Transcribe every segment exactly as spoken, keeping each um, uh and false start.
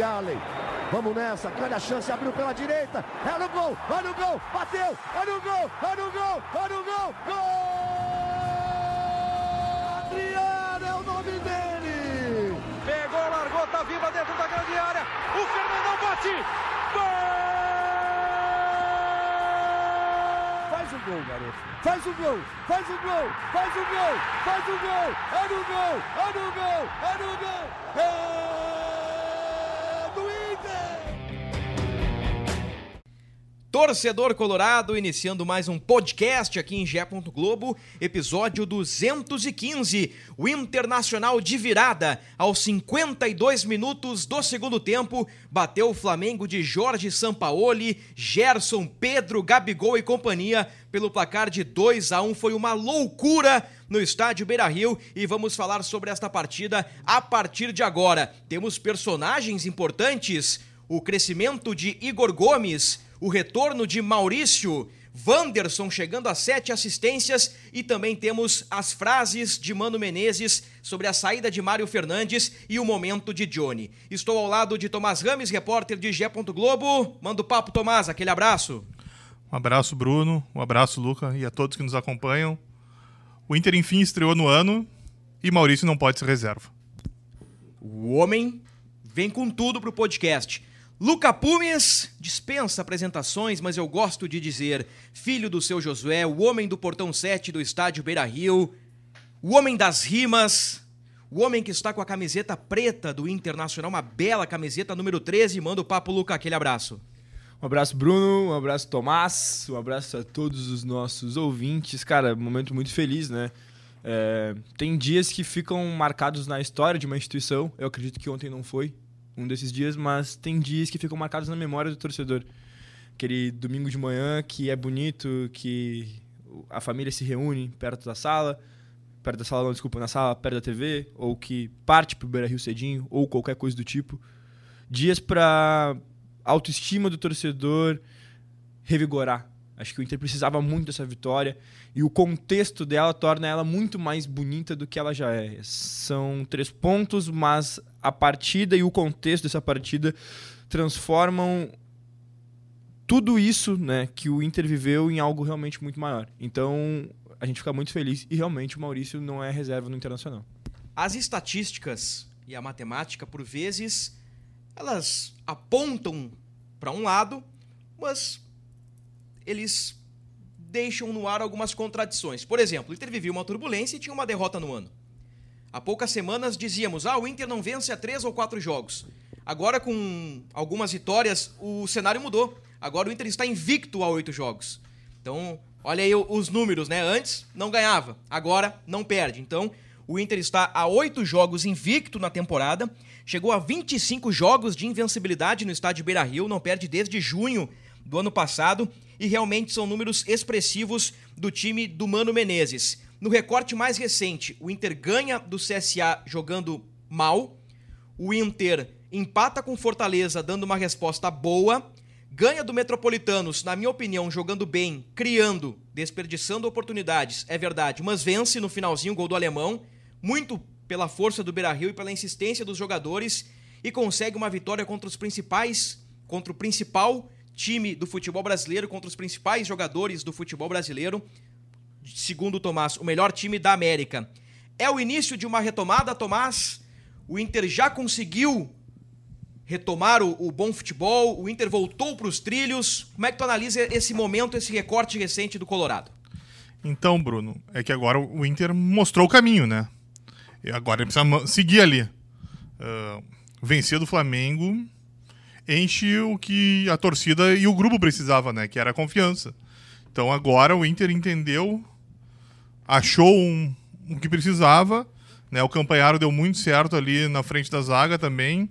Arley. Vamos nessa, grande a chance, abriu pela direita, é no gol, vai no gol, bateu, é no gol, é no gol, é no gol, gol! Adriano é o nome dele! Pegou, largou, tá viva dentro da grande área, o Fernandão bate, gol! Faz o gol, garoto, faz o gol, faz o gol, faz o gol, faz o gol, é no gol, é no gol, é no gol, é... Torcedor colorado, iniciando mais um podcast aqui em G E. Globo, episódio duzentos e quinze. O Internacional de virada, aos cinquenta e dois minutos do segundo tempo, bateu o Flamengo de Jorge Sampaoli, Gerson, Pedro, Gabigol e companhia pelo placar de dois a um. Foi uma loucura no estádio Beira-Rio e vamos falar sobre esta partida a partir de agora. Temos personagens importantes, o crescimento de Igor Gomes, o retorno de Maurício, Wanderson chegando a sete assistências e também temos as frases de Mano Menezes sobre a saída de Mário Fernandes e o momento de Johnny. Estou ao lado de Tomás Rames, repórter de G E. Globo. Manda o papo, Tomás, aquele abraço. Um abraço, Bruno, um abraço, Luca, e a todos que nos acompanham. O Inter, enfim, estreou no ano e Maurício não pode ser reserva. O homem vem com tudo pro podcast. Luca Pumes dispensa apresentações, mas eu gosto de dizer, filho do seu Josué, o homem do portão sete do estádio Beira-Rio, o homem das rimas, o homem que está com a camiseta preta do Internacional, uma bela camiseta, número treze, manda o papo, Luca, aquele abraço. Um abraço, Bruno, um abraço, Tomás, um abraço a todos os nossos ouvintes. Cara, um momento muito feliz, né? É, tem dias que ficam marcados na história de uma instituição, eu acredito que ontem não foi um desses dias, mas tem dias que ficam marcados na memória do torcedor. Aquele domingo de manhã que é bonito, que a família se reúne perto da sala, perto da sala não, desculpa, na sala, perto da T V, ou que parte pro Beira-Rio cedinho, ou qualquer coisa do tipo. Dias para autoestima do torcedor revigorar. Acho que o Inter precisava muito dessa vitória e o contexto dela torna ela muito mais bonita do que ela já é. São três pontos, mas a partida e o contexto dessa partida transformam tudo isso, né, que o Inter viveu em algo realmente muito maior. Então, a gente fica muito feliz e realmente o Maurício não é reserva no Internacional. As estatísticas e a matemática, por vezes, elas apontam para um lado, mas eles deixam no ar algumas contradições. Por exemplo, o Inter vivia uma turbulência e tinha uma derrota no ano. Há poucas semanas dizíamos, ah, o Inter não vence há três ou quatro jogos. Agora, com algumas vitórias, o cenário mudou. Agora o Inter está invicto a oito jogos. Então, olha aí os números, né? Antes não ganhava, agora não perde. Então, o Inter está a oito jogos invicto na temporada, chegou a vinte e cinco jogos de invencibilidade no estádio Beira-Rio, não perde desde junho do ano passado, e realmente são números expressivos do time do Mano Menezes. No recorte mais recente, o Inter ganha do C S A jogando mal, o Inter empata com Fortaleza dando uma resposta boa, ganha do Metropolitanos, na minha opinião, jogando bem, criando, desperdiçando oportunidades, é verdade, mas vence no finalzinho o gol do alemão, muito pela força do Beira-Rio e pela insistência dos jogadores, e consegue uma vitória contra os principais, contra o principal time do futebol brasileiro, contra os principais jogadores do futebol brasileiro, segundo o Tomás, o melhor time da América. É o início de uma retomada, Tomás? O Inter já conseguiu retomar o, o bom futebol? O Inter voltou para os trilhos? Como é que tu analisa esse momento, esse recorte recente do Colorado? Então, Bruno, é que agora o Inter mostrou o caminho, né? E agora ele precisa seguir ali. Uh, vencer do Flamengo enche o que a torcida e o grupo precisava, né? Que era a confiança. Então agora o Inter entendeu, achou um, o que precisava, né? O Campanharo deu muito certo ali na frente da zaga também.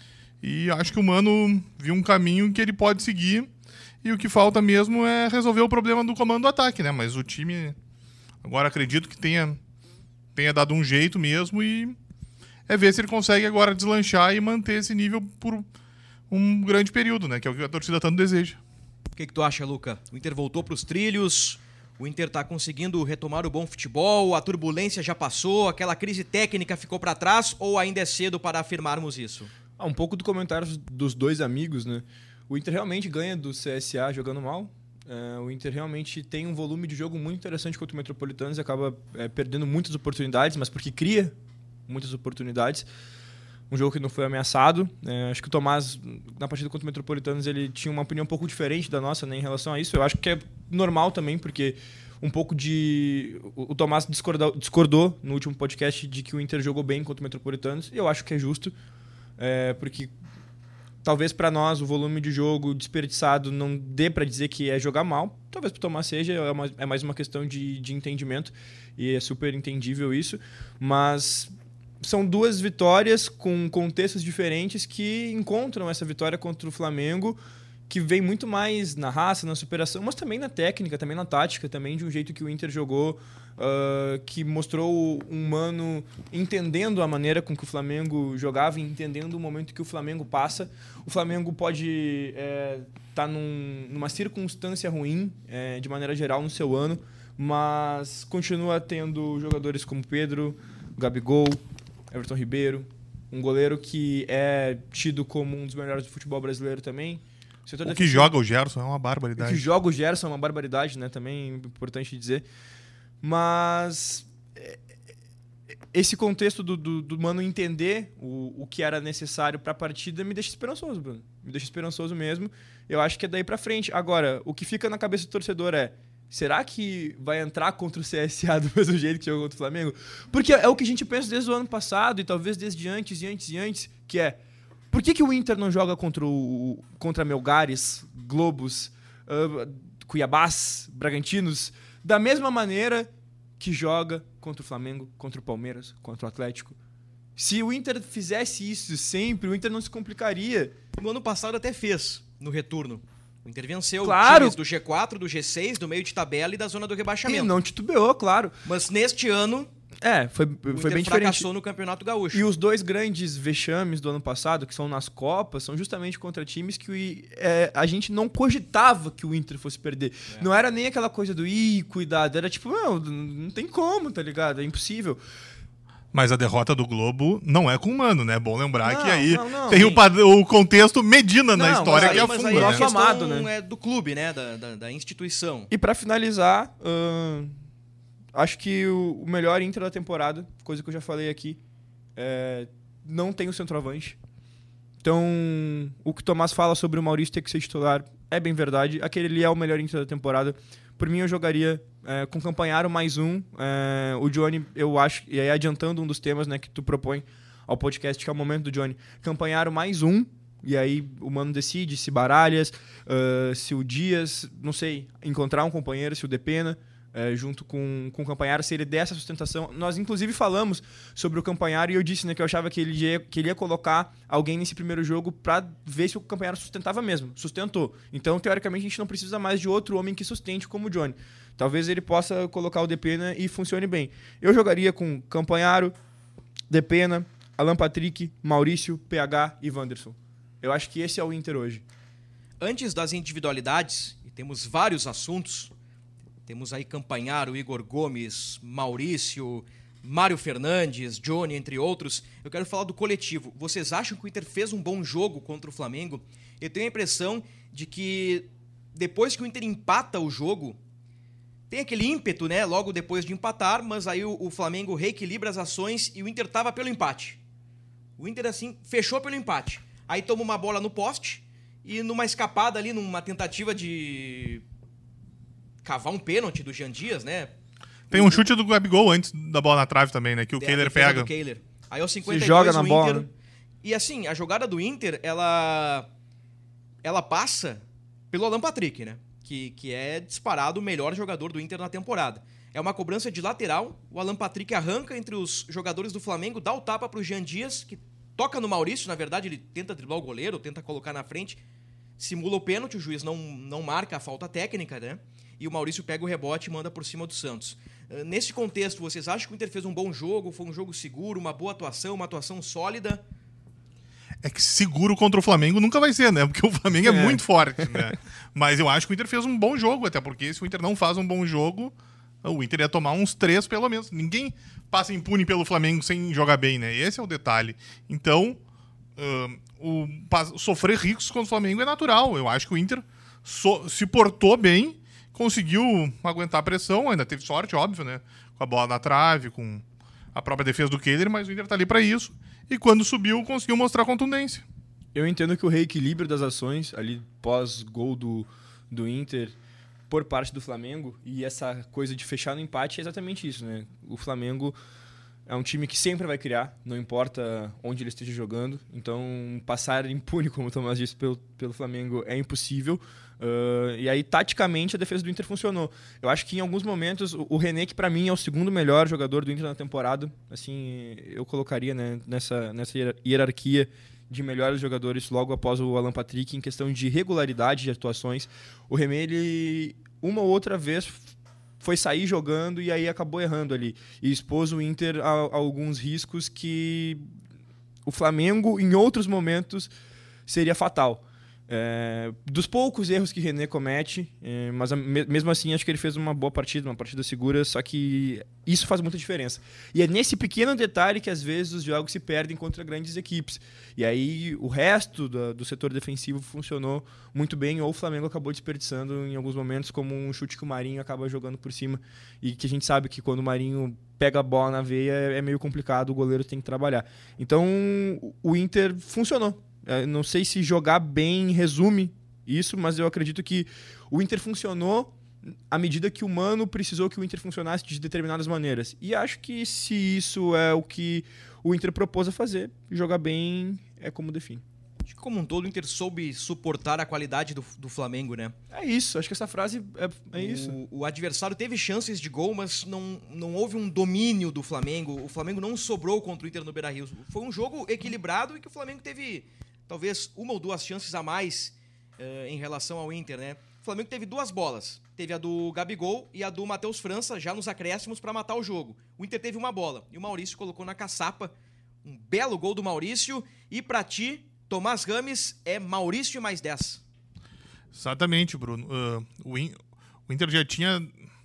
E acho que o Mano viu um caminho que ele pode seguir. E o que falta mesmo é resolver o problema do comando do ataque, né? Mas o time agora acredito que tenha, tenha dado um jeito mesmo e é ver se ele consegue agora deslanchar e manter esse nível por um grande período, né? Que é o que a torcida tanto deseja. O que, que tu acha, Luca? O Inter voltou para os trilhos, o Inter está conseguindo retomar o bom futebol, a turbulência já passou, aquela crise técnica ficou para trás ou ainda é cedo para afirmarmos isso? Ah, um pouco do comentário dos dois amigos, né? O Inter realmente ganha do C S A jogando mal. É, o Inter realmente tem um volume de jogo muito interessante contra o Metropolitanos e acaba é, perdendo muitas oportunidades, mas porque cria muitas oportunidades. Um jogo que não foi ameaçado. É, acho que o Tomás, na partida contra o Metropolitanos, ele tinha uma opinião um pouco diferente da nossa, né, em relação a isso. Eu acho que é normal também, porque um pouco de... O, o Tomás discordou, discordou no último podcast de que o Inter jogou bem contra o Metropolitanos, e eu acho que é justo, é, porque talvez para nós o volume de jogo desperdiçado não dê para dizer que é jogar mal. Talvez para o Tomás seja, é, uma, é mais uma questão de, de entendimento, e é super entendível isso, mas são duas vitórias com contextos diferentes que encontram essa vitória contra o Flamengo, que vem muito mais na raça, na superação, mas também na técnica, também na tática, também de um jeito que o Inter jogou, uh, que mostrou um Mano entendendo a maneira com que o Flamengo jogava e entendendo o momento que o Flamengo passa. O Flamengo pode estar é, tá num, numa circunstância ruim, é, de maneira geral, no seu ano, mas continua tendo jogadores como Pedro, Gabigol, Everton Ribeiro, um goleiro que é tido como um dos melhores do futebol brasileiro também. O, o que defensivo, joga o Gerson é uma barbaridade. O que joga o Gerson é uma barbaridade, né? Também é importante dizer. Mas esse contexto do, do, do Mano entender o, o que era necessário para a partida me deixa esperançoso, Bruno. Me deixa esperançoso mesmo. Eu acho que é daí para frente. Agora, o que fica na cabeça do torcedor é: será que vai entrar contra o C S A do mesmo jeito que jogou contra o Flamengo? Porque é o que a gente pensa desde o ano passado e talvez desde antes e antes e antes, que é: por que, que o Inter não joga contra, o, contra Melgares, Globos, uh, Cuiabás, Bragantinos, da mesma maneira que joga contra o Flamengo, contra o Palmeiras, contra o Atlético? Se o Inter fizesse isso sempre, o Inter não se complicaria. No ano passado até fez, no retorno. O Inter venceu claro. times do G quatro, do G seis, do meio de tabela e da zona do rebaixamento. E não titubeou, claro. Mas neste ano... É, foi, foi o bem Inter diferente. fracassou no Campeonato Gaúcho. E os dois grandes vexames do ano passado, que são nas Copas, são justamente contra times que é, a gente não cogitava que o Inter fosse perder. É. Não era nem aquela coisa do ih, cuidado. Era tipo, não, não tem como, tá ligado? É impossível. Mas a derrota do Globo não é com o Mano, né? É bom lembrar não, que aí não, não, tem o, o contexto Medina não, na história aí, que mas afunda. aí né? a questão Amado, né? é do clube, né? Da, da, da instituição. E pra finalizar, uh, acho que o, o melhor Inter da temporada, coisa que eu já falei aqui, é, não tem o centroavante. Então, o que o Tomás fala sobre o Maurício ter que ser titular é bem verdade. Aquele ali é o melhor Inter da temporada. Por mim, eu jogaria é, com Campanharo mais um. É, o Johnny, eu acho, e aí adiantando um dos temas, né, que tu propõe ao podcast, que é o momento do Johnny. Campanharo mais um, e aí o Mano decide se Baralhas, uh, se o Dias, não sei, encontrar um companheiro, se o Depena, é, junto com, com o Campanharo, se ele der essa sustentação. Nós, inclusive, falamos sobre o Campanharo e eu disse, né, que eu achava que ele ia, que ele ia colocar alguém nesse primeiro jogo para ver se o Campanharo sustentava mesmo. Sustentou. Então, teoricamente, a gente não precisa mais de outro homem que sustente como o Johnny. Talvez ele possa colocar o Depena e funcione bem. Eu jogaria com Campanharo, Depena, Alan Patrick, Maurício, P H e Wanderson. Eu acho que esse é o Inter hoje. Antes das individualidades, e temos vários assuntos, temos aí Campanharo, Igor Gomes, Maurício, Mário Fernandes, Johnny, entre outros. Eu quero falar do coletivo. Vocês acham que o Inter fez um bom jogo contra o Flamengo? Eu tenho a impressão de que depois que o Inter empata o jogo, tem aquele ímpeto, né? Logo depois de empatar, mas aí o, o Flamengo reequilibra as ações e o Inter tava pelo empate. O Inter, assim, fechou pelo empate. Aí toma uma bola no poste e numa escapada ali, numa tentativa de cavar um pênalti do Jean Dias, né? Tem um chute do Gabigol antes da bola na trave também, né? Que o Kehler pega. Do Kehler. Aí aos cinquenta e dois se joga na o bola. Inter... E assim, a jogada do Inter, ela ela passa pelo Alan Patrick, né? Que, que é disparado o melhor jogador do Inter na temporada. É uma cobrança de lateral, o Alan Patrick arranca entre os jogadores do Flamengo, dá o tapa pro Jean Dias, que toca no Maurício, na verdade ele tenta driblar o goleiro, tenta colocar na frente, simula o pênalti, o juiz não, não marca a falta técnica, né? E o Maurício pega o rebote e manda por cima do Santos. Nesse contexto, vocês acham que o Inter fez um bom jogo, foi um jogo seguro, uma boa atuação, uma atuação sólida? É que seguro contra o Flamengo nunca vai ser, né? Porque o Flamengo é, é muito forte, né? Mas eu acho que o Inter fez um bom jogo, até porque se o Inter não faz um bom jogo, o Inter ia tomar uns três pelo menos. Ninguém passa impune pelo Flamengo sem jogar bem, né? Esse é o detalhe. Então, Uh, o, pa- sofrer ricos contra o Flamengo é natural. Eu acho que o Inter so- se portou bem, conseguiu aguentar a pressão, ainda teve sorte, óbvio, né? Com a bola na trave, com a própria defesa do Kehler, mas o Inter tá ali para isso. E quando subiu, conseguiu mostrar contundência. Eu entendo que o reequilíbrio das ações, ali pós-gol do, do Inter, por parte do Flamengo, e essa coisa de fechar no empate é exatamente isso, né? O Flamengo é um time que sempre vai criar, não importa onde ele esteja jogando. Então, passar impune, como o Tomás disse, pelo, pelo Flamengo é impossível. Uh, e aí, taticamente, a defesa do Inter funcionou. Eu acho que em alguns momentos, o, o René, que para mim é o segundo melhor jogador do Inter na temporada, assim, eu colocaria, né, nessa, nessa hierarquia de melhores jogadores logo após o Alan Patrick, em questão de regularidade de atuações. O René, ele, uma ou outra vez, foi sair jogando e aí acabou errando ali. E expôs o Inter a, a alguns riscos que o Flamengo, em outros momentos, seria fatal. É, dos poucos erros que René comete, é, mas a, me, mesmo assim acho que ele fez uma boa partida, uma partida segura, só que isso faz muita diferença. E é nesse pequeno detalhe que às vezes os jogos se perdem contra grandes equipes. E aí o resto do, do setor defensivo funcionou muito bem, ou o Flamengo acabou desperdiçando em alguns momentos, como um chute que o Marinho acaba jogando por cima, e que a gente sabe que quando o Marinho pega a bola na veia é, é meio complicado, o goleiro tem que trabalhar. Então o Inter funcionou. Eu não sei se jogar bem resume isso, mas eu acredito que o Inter funcionou à medida que o Mano precisou que o Inter funcionasse de determinadas maneiras. E acho que se isso é o que o Inter propôs a fazer, jogar bem é como define. Acho que como um todo o Inter soube suportar a qualidade do, do Flamengo, né? É isso, acho que essa frase é, é isso. O, o adversário teve chances de gol, mas não, não houve um domínio do Flamengo. O Flamengo não sobrou contra o Inter no Beira-Rio. Foi um jogo equilibrado e que o Flamengo teve talvez uma ou duas chances a mais uh, em relação ao Inter, né? O Flamengo teve duas bolas. Teve a do Gabigol e a do Matheus França, já nos acréscimos, para matar o jogo. O Inter teve uma bola e o Maurício colocou na caçapa. Um belo gol do Maurício. E pra ti, Tomás Rames, é Maurício mais dez. Exatamente, Bruno. Uh, o, In- o Inter já tinha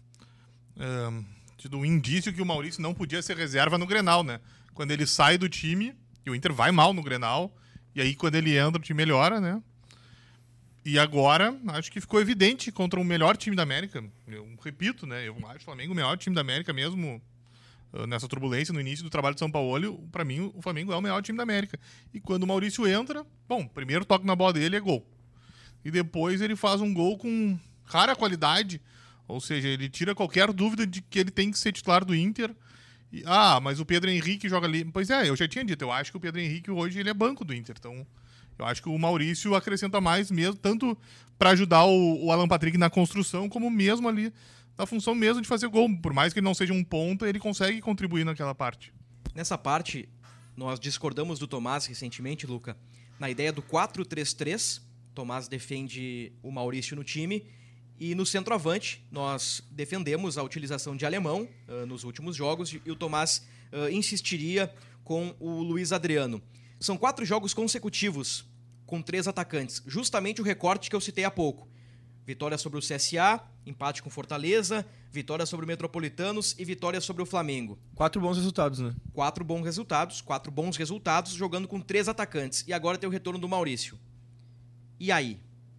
uh, tido um indício que o Maurício não podia ser reserva no Grenal, né? Quando ele sai do time, e o Inter vai mal no Grenal, e aí quando ele entra, o time melhora, né? E agora, acho que ficou evidente contra o melhor time da América. Eu repito, né? Eu acho o Flamengo o melhor time da América mesmo uh, nessa turbulência no início do trabalho de São Paulo. Para mim, o Flamengo é o melhor time da América. E quando o Maurício entra, bom, primeiro toque na bola dele é gol. E depois ele faz um gol com rara qualidade. Ou seja, ele tira qualquer dúvida de que ele tem que ser titular do Inter. E, ah, mas o Pedro Henrique joga ali. Pois é, eu já tinha dito. Eu acho que o Pedro Henrique hoje ele é banco do Inter. Então, eu acho que o Maurício acrescenta mais mesmo, tanto para ajudar o, o Alan Patrick na construção, como mesmo ali na função mesmo de fazer gol. Por mais que ele não seja um ponta, ele consegue contribuir naquela parte. Nessa parte, nós discordamos do Tomás recentemente, Luca, na ideia do quatro três três. Tomás defende o Maurício no time. E no centroavante, nós defendemos a utilização de alemão uh, nos últimos jogos e o Tomás uh, insistiria com o Luiz Adriano. São quatro jogos consecutivos com três atacantes, justamente o recorte que eu citei há pouco. Vitória sobre o C S A, empate com Fortaleza, vitória sobre o Metropolitanos e vitória sobre o Flamengo. Quatro bons resultados, né? Quatro bons resultados, quatro bons resultados jogando com três atacantes. E agora tem o retorno do Maurício. E aí?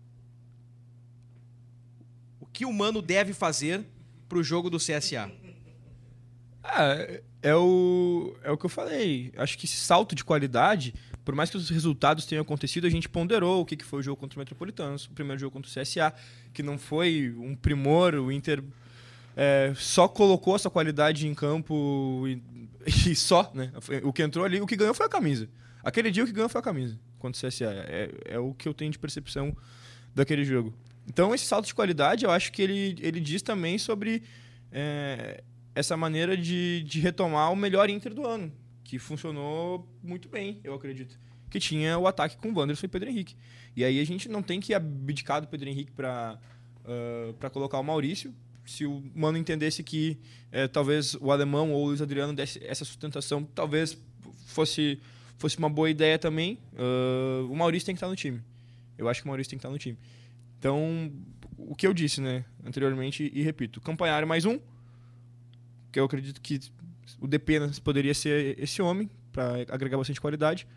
O que o Mano deve fazer pro jogo do C S A? Ah, é o, é o que eu falei. Acho que esse salto de qualidade, por mais que os resultados tenham acontecido, a gente ponderou o que foi o jogo contra o Metropolitanos, o primeiro jogo contra o C S A, que não foi um primor, o Inter é, só colocou essa qualidade em campo e, e só, né? O que entrou ali, o que ganhou foi a camisa. Aquele dia o que ganhou foi a camisa contra o C S A. É, é o que eu tenho de percepção daquele jogo. Então, esse salto de qualidade, eu acho que ele, ele diz também sobre é, essa maneira de, de retomar o melhor Inter do ano, que funcionou muito bem, eu acredito. Que tinha o ataque com o Wanderson e Pedro Henrique. E aí a gente não tem que abdicar do Pedro Henrique para uh, para colocar o Maurício. Se o Mano entendesse que é, talvez o alemão ou o Luiz Adriano desse essa sustentação, talvez fosse, fosse uma boa ideia também. Uh, o Maurício tem que estar no time. Eu acho que o Maurício tem que estar no time. Então, o que eu disse, né, anteriormente, e repito, Campagnaro mais um, que eu acredito que o Depenas poderia ser esse homem, para agregar bastante qualidade,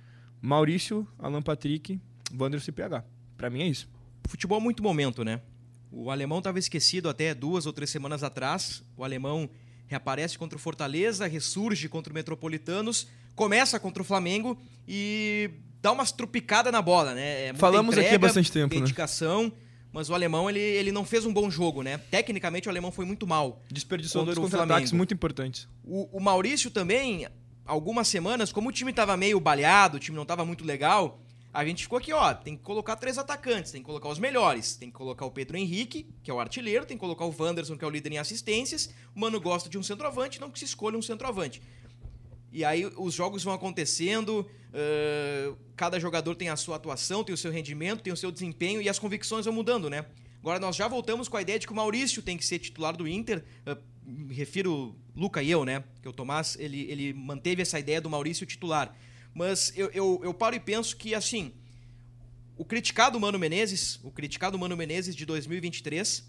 Maurício, Alan Patrick, Wanderson e P H. Pra mim é isso. Futebol é muito momento, né? O alemão estava esquecido até duas ou três semanas atrás. O alemão reaparece contra o Fortaleza, ressurge contra o Metropolitanos, começa contra o Flamengo e dá umas trupicadas na bola, né? É muita Falamos entrega, aqui há bastante tempo, dedicação, né? Mas o alemão ele, ele não fez um bom jogo, né? Tecnicamente o alemão foi muito mal. Desperdiçou contra dois o contra-ataques Flamengo. muito importantes. O, o Maurício também, algumas semanas, como o time estava meio baleado, o time não estava muito legal, a gente ficou aqui, ó, tem que colocar três atacantes, tem que colocar os melhores, tem que colocar o Pedro Henrique, que é o artilheiro, tem que colocar o Wanderson, que é o líder em assistências, o Mano gosta de um centroavante, não que se escolha um centroavante. E aí os jogos vão acontecendo, uh, cada jogador tem a sua atuação, tem o seu rendimento, tem o seu desempenho e as convicções vão mudando, né? Agora nós já voltamos com a ideia de que o Maurício tem que ser titular do Inter, uh, me refiro Luca e eu, né? Que o Tomás, ele, ele manteve essa ideia do Maurício titular. Mas eu, eu, eu paro e penso que, assim, o criticado Mano Menezes, o criticado Mano Menezes de dois mil e vinte e três,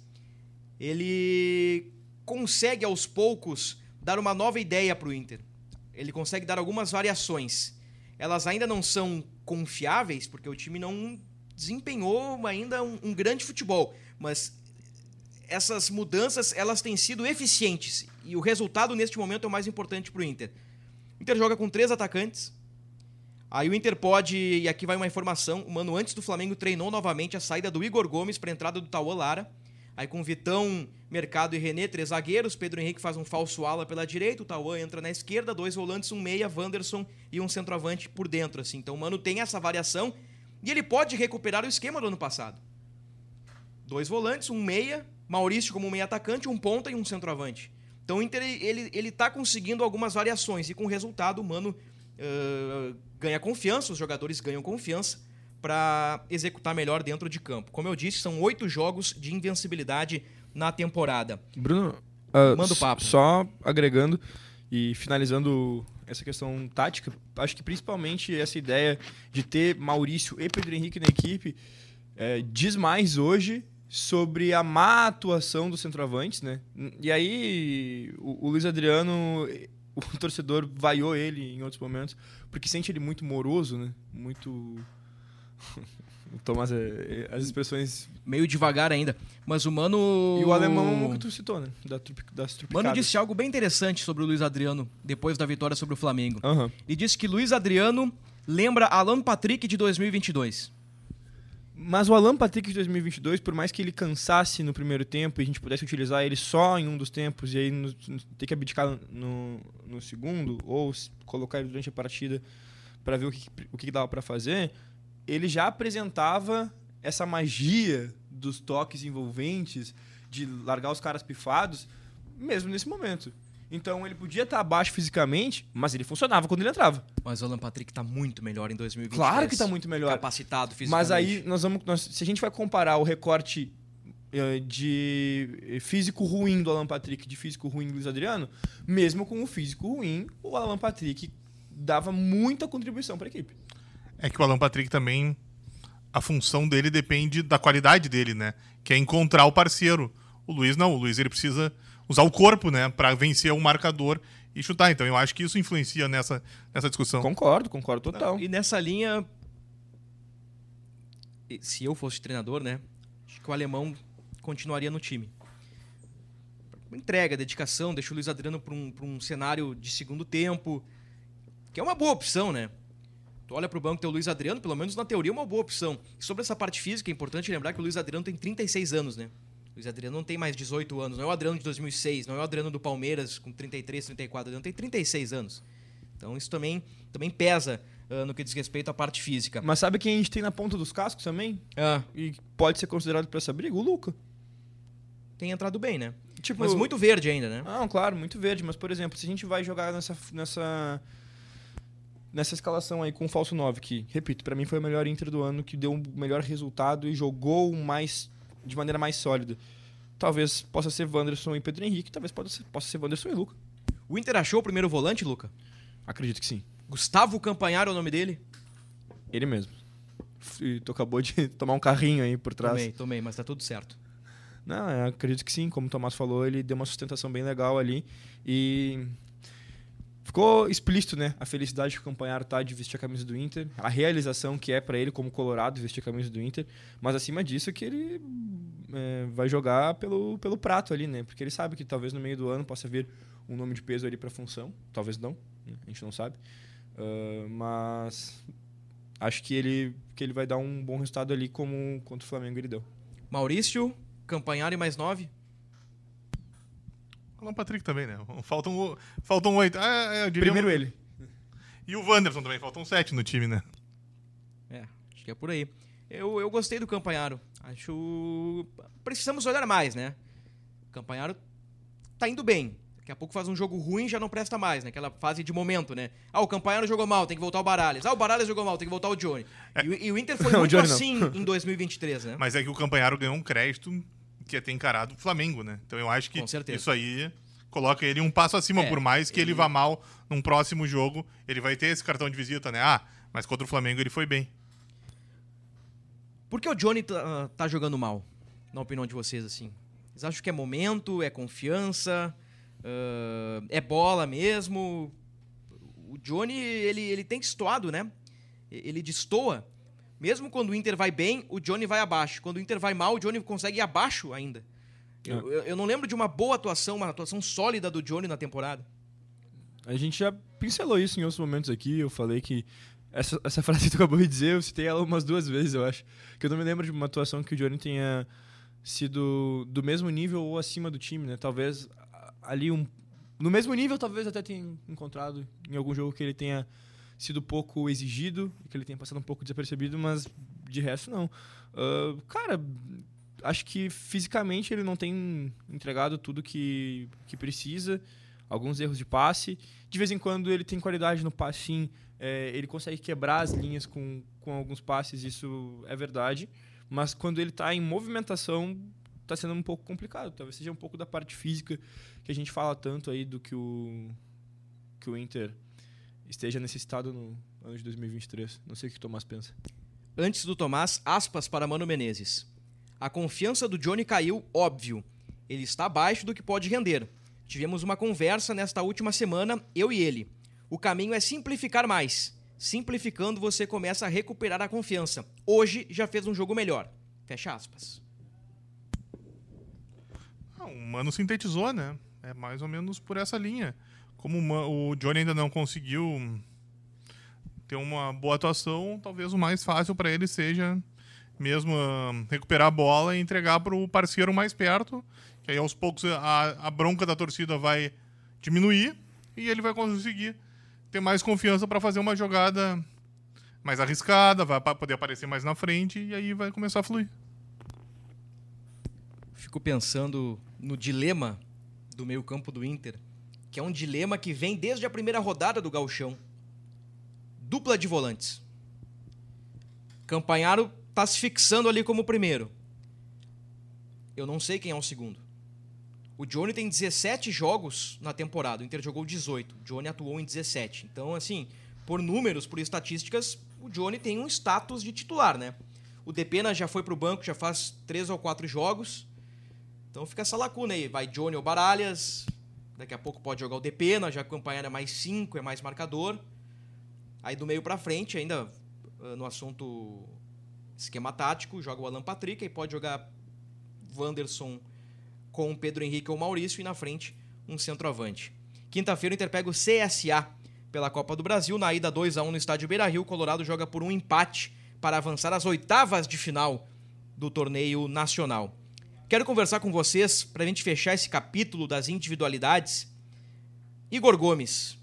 ele consegue aos poucos dar uma nova ideia para o Inter. Ele consegue dar algumas variações. Elas ainda não são confiáveis, porque o time não desempenhou ainda um, um grande futebol. Mas essas mudanças, elas têm sido eficientes. E o resultado, neste momento, é o mais importante para o Inter. O Inter joga com três atacantes. Aí o Inter pode, e aqui vai uma informação, o Mano antes do Flamengo treinou novamente a saída do Igor Gomes para a entrada do Tauan Lara. Aí com Vitão, Mercado e René, três zagueiros, Pedro Henrique faz um falso ala pela direita, o Tauan entra na esquerda, dois volantes, um meia, Wanderson e um centroavante por dentro. Assim. Então o Mano tem essa variação e ele pode recuperar o esquema do ano passado. Dois volantes, um meia, Maurício como meia atacante, um ponta e um centroavante. Então o Inter ele, ele tá conseguindo algumas variações e com o resultado o Mano uh, ganha confiança, os jogadores ganham confiança para executar melhor dentro de campo. Como eu disse, são oito jogos de invencibilidade na temporada. Bruno, uh, manda o papo. Só agregando e finalizando essa questão tática, acho que principalmente essa ideia de ter Maurício e Pedro Henrique na equipe é, diz mais hoje sobre a má atuação dos centroavantes, né? E aí o, o Luiz Adriano, o torcedor vaiou ele em outros momentos, porque sente ele muito moroso, né? Muito... Tomás, é, as expressões... Meio devagar ainda. Mas o Mano... E o alemão que tu citou, né? Da trup, das trupicadas. Mano disse algo bem interessante sobre o Luiz Adriano depois da vitória sobre o Flamengo. Uhum. Ele disse que Luiz Adriano lembra Alan Patrick de dois mil e vinte e dois. Mas o Alan Patrick de dois mil e vinte e dois, por mais que ele cansasse no primeiro tempo e a gente pudesse utilizar ele só em um dos tempos e aí no, no, ter que abdicar no, no segundo ou colocar ele durante a partida para ver o que, o que dava para fazer, ele já apresentava essa magia dos toques envolventes, de largar os caras pifados, mesmo nesse momento. Então ele podia estar abaixo fisicamente, mas ele funcionava quando ele entrava. Mas o Alan Patrick está muito melhor em dois mil e vinte e três. Claro que está muito melhor. Capacitado fisicamente. Mas aí, nós vamos, nós, se a gente vai comparar o recorte uh, de físico ruim do Alan Patrick de físico ruim do Luiz Adriano, mesmo com o físico ruim, o Alan Patrick dava muita contribuição para a equipe. É que o Alan Patrick também, a função dele depende da qualidade dele, né? Que é encontrar o parceiro. O Luiz não, o Luiz ele precisa usar o corpo, né? Para vencer um marcador e chutar. Então eu acho que isso influencia nessa, nessa discussão. Concordo, concordo total. E nessa linha, se eu fosse treinador, né? Acho que o alemão continuaria no time. Entrega, dedicação, deixa o Luiz Adriano para um, pra um cenário de segundo tempo, que é uma boa opção, né? Tu olha pro banco, tem o Luiz Adriano, pelo menos na teoria é uma boa opção. E sobre essa parte física, é importante lembrar que o Luiz Adriano tem trinta e seis anos, né? O Luiz Adriano não tem mais dezoito anos, não é o Adriano de dois mil e seis, não é o Adriano do Palmeiras com trinta e três, trinta e quatro, o Adriano tem trinta e seis anos. Então isso também, também pesa uh, no que diz respeito à parte física. Mas sabe quem a gente tem na ponta dos cascos também? Ah, E pode ser considerado para essa briga? O Luca. tem entrado bem, né? Tipo, Mas muito verde ainda, né? Não, claro, muito verde. Mas, por exemplo, se a gente vai jogar nessa... nessa... Nessa escalação aí com o falso nove, que, repito, pra mim foi o melhor Inter do ano, que deu um melhor resultado e jogou mais, de maneira mais sólida. Talvez possa ser Wanderson e Pedro Henrique, talvez possa ser, possa ser Wanderson e Luca. O Inter achou o primeiro volante, Luca? Acredito que sim. Gustavo Campanharo é o nome dele? Ele mesmo. E tu acabou de tomar um carrinho aí por trás. Tomei, tomei, mas tá tudo certo. Não, eu acredito que sim. Como o Tomás falou, ele deu uma sustentação bem legal ali. E ficou explícito, né? A felicidade que o Campagnaro tá de vestir a camisa do Inter, a realização que é para ele como colorado vestir a camisa do Inter, mas acima disso que ele é, vai jogar pelo, pelo prato ali, né? Porque ele sabe que talvez no meio do ano possa vir um nome de peso ali para função, talvez não, né? A gente não sabe, uh, mas acho que ele, que ele vai dar um bom resultado ali como contra o Flamengo ele deu. Maurício, Campagnaro e mais nove. O Patrick também, né? Faltam, faltam oito. Ah, eu diria Primeiro um... ele. E o Wanderson também. Faltam sete no time, né? É, acho que é por aí. Eu, eu gostei do Campagnaro. Acho... Precisamos olhar mais, né? O Campagnaro tá indo bem. Daqui a pouco faz um jogo ruim e já não presta mais, né? Aquela fase de momento, né? Ah, o Campagnaro jogou mal, tem que voltar o Baralhas. Ah, o Baralhas jogou mal, tem que voltar o Johnny. É. E, e o Inter foi não, muito Johnny assim em dois mil e vinte e três, né? Mas é que o Campagnaro ganhou um crédito que é ter encarado o Flamengo, né? Então eu acho que isso aí coloca ele um passo acima, é, por mais que ele... ele vá mal num próximo jogo, ele vai ter esse cartão de visita, né? Ah, mas contra o Flamengo ele foi bem. Por que o Johnny tá, tá jogando mal, na opinião de vocês, assim? Vocês acham que é momento, é confiança, uh, é bola mesmo? O Johnny, ele, ele tem destoado, né? Ele destoa. Mesmo quando o Inter vai bem, o Johnny vai abaixo. Quando o Inter vai mal, o Johnny consegue ir abaixo ainda. Eu, eu, eu não lembro de uma boa atuação, uma atuação sólida do Johnny na temporada. A gente já pincelou isso em outros momentos aqui. Eu falei que essa, essa frase que tu acabou de dizer, eu citei ela umas duas vezes, eu acho. Que eu não me lembro de uma atuação que o Johnny tenha sido do mesmo nível ou acima do time, né? Talvez ali um... No mesmo nível, talvez até tenha encontrado em algum jogo que ele tenha sido pouco exigido, que ele tenha passado um pouco desapercebido, mas de resto não. Uh, cara, acho que fisicamente ele não tem entregado tudo que, que precisa, alguns erros de passe. De vez em quando ele tem qualidade no passe, sim, é, ele consegue quebrar as linhas com, com alguns passes, isso é verdade, mas quando ele está em movimentação, está sendo um pouco complicado. Talvez seja um pouco da parte física que a gente fala tanto aí do que o, que o Inter esteja necessitado no ano de dois mil e vinte e três. Não sei o que o Tomás pensa. Antes do Tomás, aspas para Mano Menezes. A confiança do Johnny caiu, óbvio. Ele está abaixo do que pode render. Tivemos uma conversa nesta última semana, eu e ele. O caminho é simplificar mais. Simplificando, você começa a recuperar a confiança. Hoje já fez um jogo melhor. Fecha aspas. Ah, o Mano sintetizou, né? É mais ou menos por essa linha. Como o Johnny ainda não conseguiu ter uma boa atuação, talvez o mais fácil para ele seja mesmo uh, recuperar a bola e entregar para o parceiro mais perto, que aí aos poucos a, a bronca da torcida vai diminuir e ele vai conseguir ter mais confiança para fazer uma jogada mais arriscada, vai poder aparecer mais na frente e aí vai começar a fluir. Fico pensando no dilema do meio-campo do Inter, que é um dilema que vem desde a primeira rodada do Gauchão. Dupla de volantes. Campagnaro está se fixando ali como o primeiro. Eu não sei quem é o segundo. O Johnny tem dezessete jogos na temporada, o Inter jogou dezoito. O Johnny atuou em dezessete. Então, assim, por números, por estatísticas, o Johnny tem um status de titular, né? O Depena já foi pro banco, já faz três ou quatro jogos. Então fica essa lacuna aí. Vai Johnny ou Baralhas. Daqui a pouco pode jogar o Depena, já que o Campagnaro é mais cinco, é mais marcador. Aí do meio pra frente, ainda no assunto esquema tático, joga o Alan Patrick, aí pode jogar Wanderson com o Pedro Henrique ou Maurício e na frente um centroavante. Quinta-feira o Inter pega o C S A pela Copa do Brasil, na ida dois a um no estádio Beira-Rio. O Colorado joga por um empate para avançar às oitavas de final do torneio nacional. Quero conversar com vocês para a gente fechar esse capítulo das individualidades. Igor Gomes.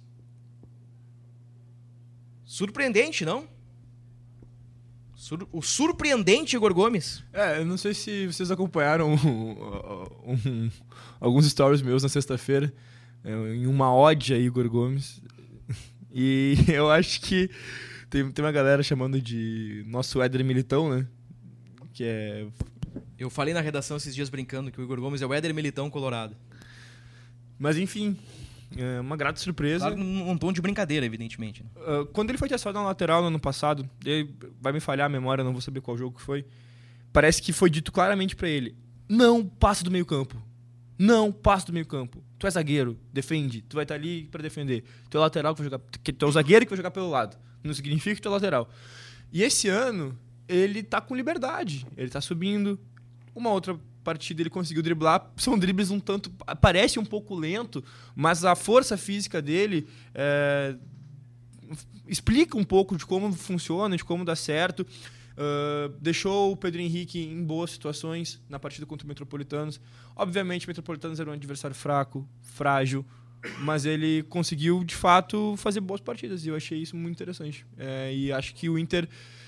Surpreendente, não? Sur- o surpreendente Igor Gomes. É, eu não sei se vocês acompanharam um, um, alguns stories meus na sexta-feira, em uma ode a Igor Gomes. E eu acho que tem, tem uma galera chamando de nosso Éder Militão, né? Que é... Eu falei na redação esses dias brincando que o Igor Gomes é o Éder Militão colorado. Mas enfim, é uma grata surpresa. Claro, num tom de brincadeira, evidentemente. Né? Uh, quando ele foi testado na lateral no ano passado, ele vai me falhar a memória, não vou saber qual jogo que foi. Parece que foi dito claramente pra ele: não passa do meio campo. Não passa do meio campo. Tu é zagueiro, defende, tu vai estar ali pra defender. Tu é lateral que vai jogar, que tu é o zagueiro que vai jogar pelo lado. Não significa que tu é lateral. E esse ano, ele tá com liberdade. Ele tá subindo. Uma outra partida ele conseguiu driblar. São dribles um tanto... Parece um pouco lento, mas a força física dele é, explica um pouco de como funciona, de como dá certo. Uh, deixou o Pedro Henrique em boas situações na partida contra o Metropolitanos. Obviamente o Metropolitanos era um adversário fraco, frágil, mas ele conseguiu de fato fazer boas partidas e eu achei isso muito interessante. É, e acho que o Inter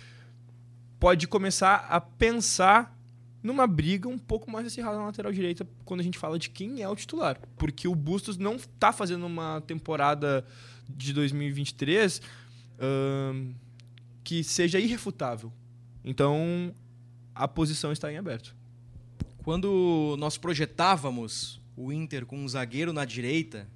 pode começar a pensar numa briga um pouco mais acirrada na lateral direita quando a gente fala de quem é o titular, porque o Bustos não está fazendo uma temporada de dois mil e vinte e três uh, que seja irrefutável. Então, a posição está em aberto. Quando nós projetávamos o Inter com um zagueiro na direita,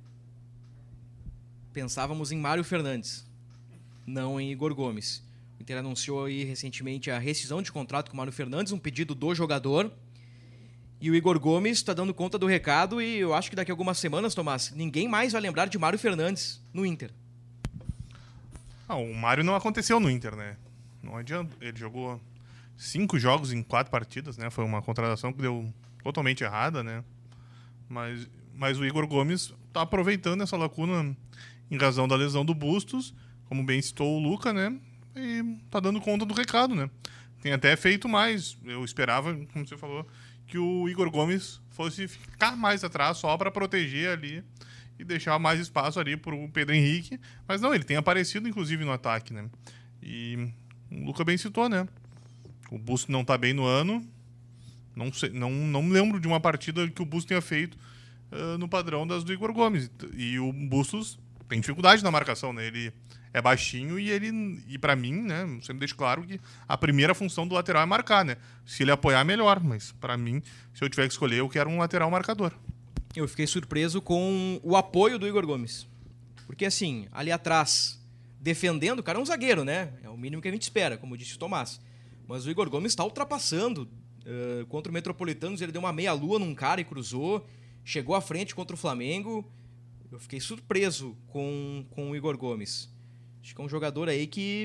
pensávamos em Mário Fernandes, não em Igor Gomes. O Inter anunciou aí recentemente a rescisão de contrato com o Mário Fernandes, um pedido do jogador. E o Igor Gomes está dando conta do recado e eu acho que daqui a algumas semanas, Tomás, ninguém mais vai lembrar de Mário Fernandes no Inter. Ah, o Mário não aconteceu no Inter, né? Não adianta. Ele jogou cinco jogos em quatro partidas, né? Foi uma contratação que deu totalmente errada, né? Mas, mas o Igor Gomes tá aproveitando essa lacuna em razão da lesão do Bustos, como bem citou o Luca, né? E tá dando conta do recado, né? Tem até feito mais. Eu esperava, como você falou, que o Igor Gomes fosse ficar mais atrás só para proteger ali e deixar mais espaço ali pro Pedro Henrique. Mas não, ele tem aparecido, inclusive, no ataque, né? E o Luca bem citou, né? O Bustos não tá bem no ano. Não, sei, não, não me lembro de uma partida que o Bustos tenha feito uh, no padrão das do Igor Gomes. E o Bustos tem dificuldade na marcação, né? Ele é baixinho e ele, e para mim, né, sempre deixo claro que a primeira função do lateral é marcar, né? Se ele apoiar, melhor, mas para mim, se eu tiver que escolher, eu quero um lateral marcador. Eu fiquei surpreso com o apoio do Igor Gomes. Porque assim, ali atrás, defendendo, o cara é um zagueiro, né? É o mínimo que a gente espera, como disse o Tomás. Mas o Igor Gomes está ultrapassando. Uh, contra o Metropolitanos, ele deu uma meia-lua num cara e cruzou. Chegou à frente contra o Flamengo. Eu fiquei surpreso com, com o Igor Gomes. Acho que é um jogador aí que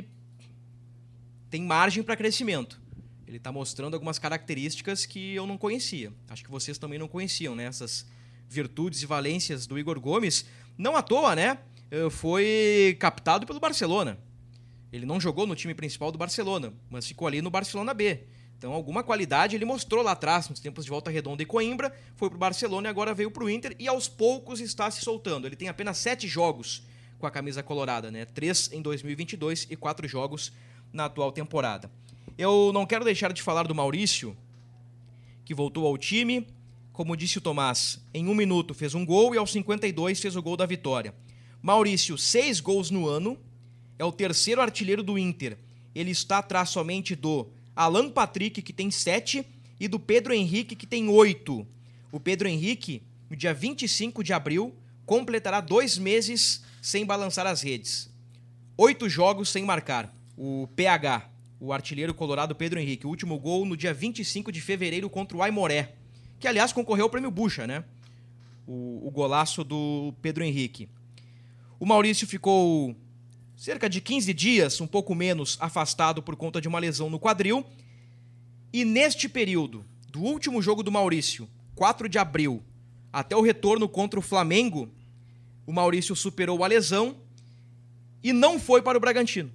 tem margem para crescimento. Ele está mostrando algumas características que eu não conhecia. Acho que vocês também não conheciam, né? Essas virtudes e valências do Igor Gomes. Não à toa, né? Foi captado pelo Barcelona. Ele não jogou no time principal do Barcelona, mas ficou ali no Barcelona B. Então, alguma qualidade ele mostrou lá atrás, nos tempos de Volta Redonda e Coimbra, foi pro Barcelona e agora veio pro Inter e aos poucos está se soltando. Ele tem apenas sete jogos com a camisa colorada, né? Três em dois mil e vinte e dois e quatro jogos na atual temporada. Eu não quero deixar de falar do Maurício, que voltou ao time. Como disse o Tomás, em um minuto fez um gol e aos cinquenta e dois fez o gol da vitória. Maurício, seis gols no ano, é o terceiro artilheiro do Inter. Ele está atrás somente do Alan Patrick, que tem sete, e do Pedro Henrique, que tem oito. O Pedro Henrique, no dia vinte e cinco de abril, completará dois meses sem balançar as redes. Oito jogos sem marcar. O P H, o artilheiro colorado Pedro Henrique, o último gol no dia vinte e cinco de fevereiro contra o Aimoré, que aliás concorreu ao Prêmio Bucha, né? O, o golaço do Pedro Henrique. O Maurício ficou cerca de quinze dias, um pouco menos, afastado por conta de uma lesão no quadril. E neste período, do último jogo do Maurício, quatro de abril, até o retorno contra o Flamengo, o Maurício superou a lesão e não foi para o Bragantino.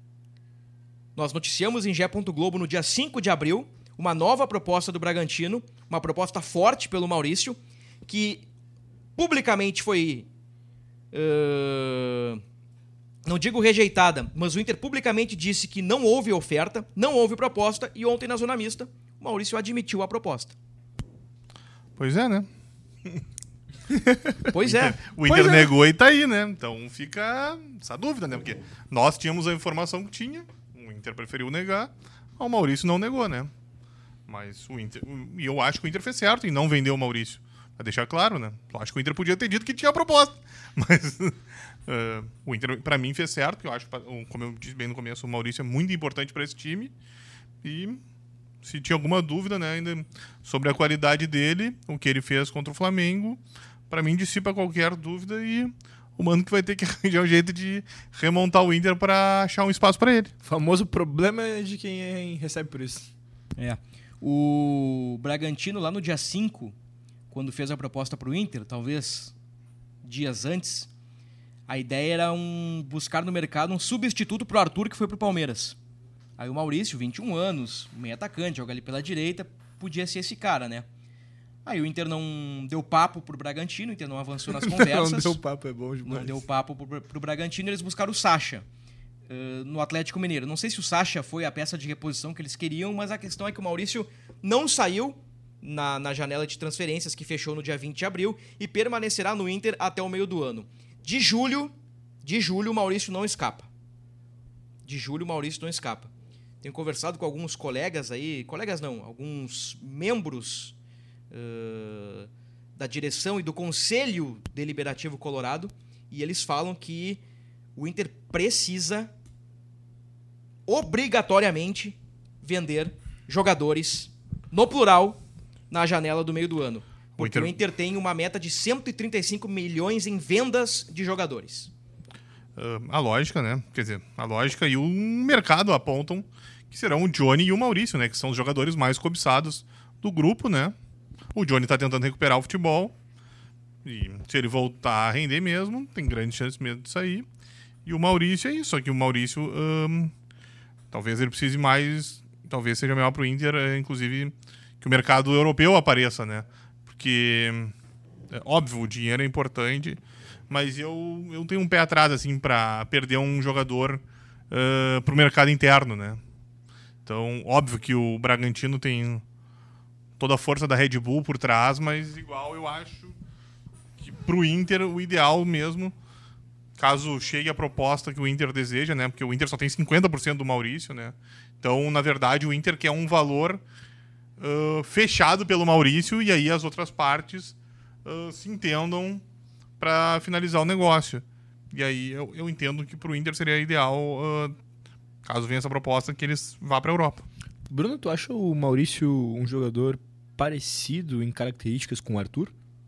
Nós noticiamos em G E. Globo no dia cinco de abril uma nova proposta do Bragantino, uma proposta forte pelo Maurício, que publicamente foi... Uh... Não digo rejeitada, mas o Inter publicamente disse que não houve oferta, não houve proposta, e ontem na Zona Mista, o Maurício admitiu a proposta. Pois é, né? Pois o é. Inter, o Inter pois negou é. e tá aí, né? Então fica essa dúvida, né? Porque nós tínhamos a informação que tinha, o Inter preferiu negar, o Maurício não negou, né? Mas o Inter... E eu acho que o Inter fez certo em não vender o Maurício. Pra deixar claro, né? Eu acho que o Inter podia ter dito que tinha a proposta. Mas... Uh, o Inter, pra mim, fez certo, porque eu acho, como eu disse bem no começo, o Maurício é muito importante para esse time. E se tinha alguma dúvida, né, ainda sobre a qualidade dele, o que ele fez contra o Flamengo, para mim, dissipa qualquer dúvida e o Mano que vai ter que arranjar um jeito de remontar o Inter para achar um espaço para ele. O famoso problema é de quem recebe por isso. É. O Bragantino, lá no dia cinco, quando fez a proposta para o Inter, talvez dias antes, a ideia era um, buscar no mercado um substituto para o Arthur, que foi para o Palmeiras. Aí o Maurício, vinte e um anos, meio atacante, joga ali pela direita, podia ser esse cara, né? Aí o Inter não deu papo pro Bragantino, o Inter não avançou nas conversas. Não deu papo, é bom demais. Não deu papo pro, pro Bragantino, eles buscaram o Sacha uh, no Atlético Mineiro. Não sei se o Sacha foi a peça de reposição que eles queriam, mas a questão é que o Maurício não saiu na, na janela de transferências que fechou no dia vinte de abril e permanecerá no Inter até o meio do ano. De julho, de julho o Maurício não escapa. De julho o Maurício não escapa. Tenho conversado com alguns colegas aí, colegas não, alguns membros uh, da direção e do Conselho Deliberativo Colorado, e eles falam que o Inter precisa obrigatoriamente vender jogadores, no plural, na janela do meio do ano. Porque o Inter, o Inter tem uma meta de cento e trinta e cinco milhões em vendas de jogadores. Uh, a lógica, né? Quer dizer, a lógica e o mercado apontam que serão o Johnny e o Maurício, né? Que são os jogadores mais cobiçados do grupo, né? O Johnny tá tentando recuperar o futebol. E se ele voltar a render mesmo, tem grande chance mesmo de sair. E o Maurício é isso. Só que o Maurício, um, talvez ele precise mais... Talvez seja melhor pro Inter, inclusive, que o mercado europeu apareça, né? Porque, é, óbvio, o dinheiro é importante, mas eu, eu tenho um pé atrás, assim, pra perder um jogador uh, pro mercado interno, né? Então, óbvio que o Bragantino tem toda a força da Red Bull por trás, mas igual eu acho que pro Inter o ideal mesmo, caso chegue a proposta que o Inter deseja, né? Porque o Inter só tem cinquenta por cento do Maurício, né? Então, na verdade, o Inter quer um valor uh, fechado pelo Maurício e aí as outras partes uh, se entendam para finalizar o negócio. E aí eu, eu entendo que pro Inter seria ideal... Uh, caso venha essa proposta, que eles vá para a Europa. Bruno, tu acha o Maurício um jogador parecido em características com o Arthur?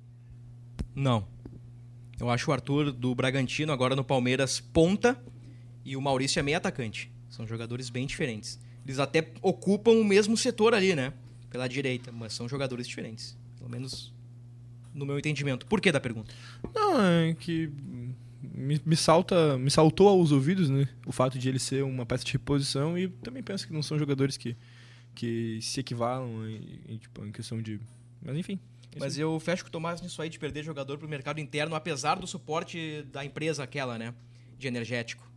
Não. Eu acho o Arthur do Bragantino, agora no Palmeiras, ponta, e o Maurício é meio atacante. São jogadores bem diferentes. Eles até ocupam o mesmo setor ali, né? Pela direita, mas são jogadores diferentes. Pelo menos no meu entendimento. Por que da pergunta? Não, é que... Me, me, salta, me saltou aos ouvidos, né, o fato de ele ser uma peça de reposição, e também penso que não são jogadores que, que se equivalam em, em, tipo, em questão de... Mas enfim. Mas eu fecho com o Tomás nisso aí de perder jogador pro mercado interno, apesar do suporte da empresa aquela, né, de energético.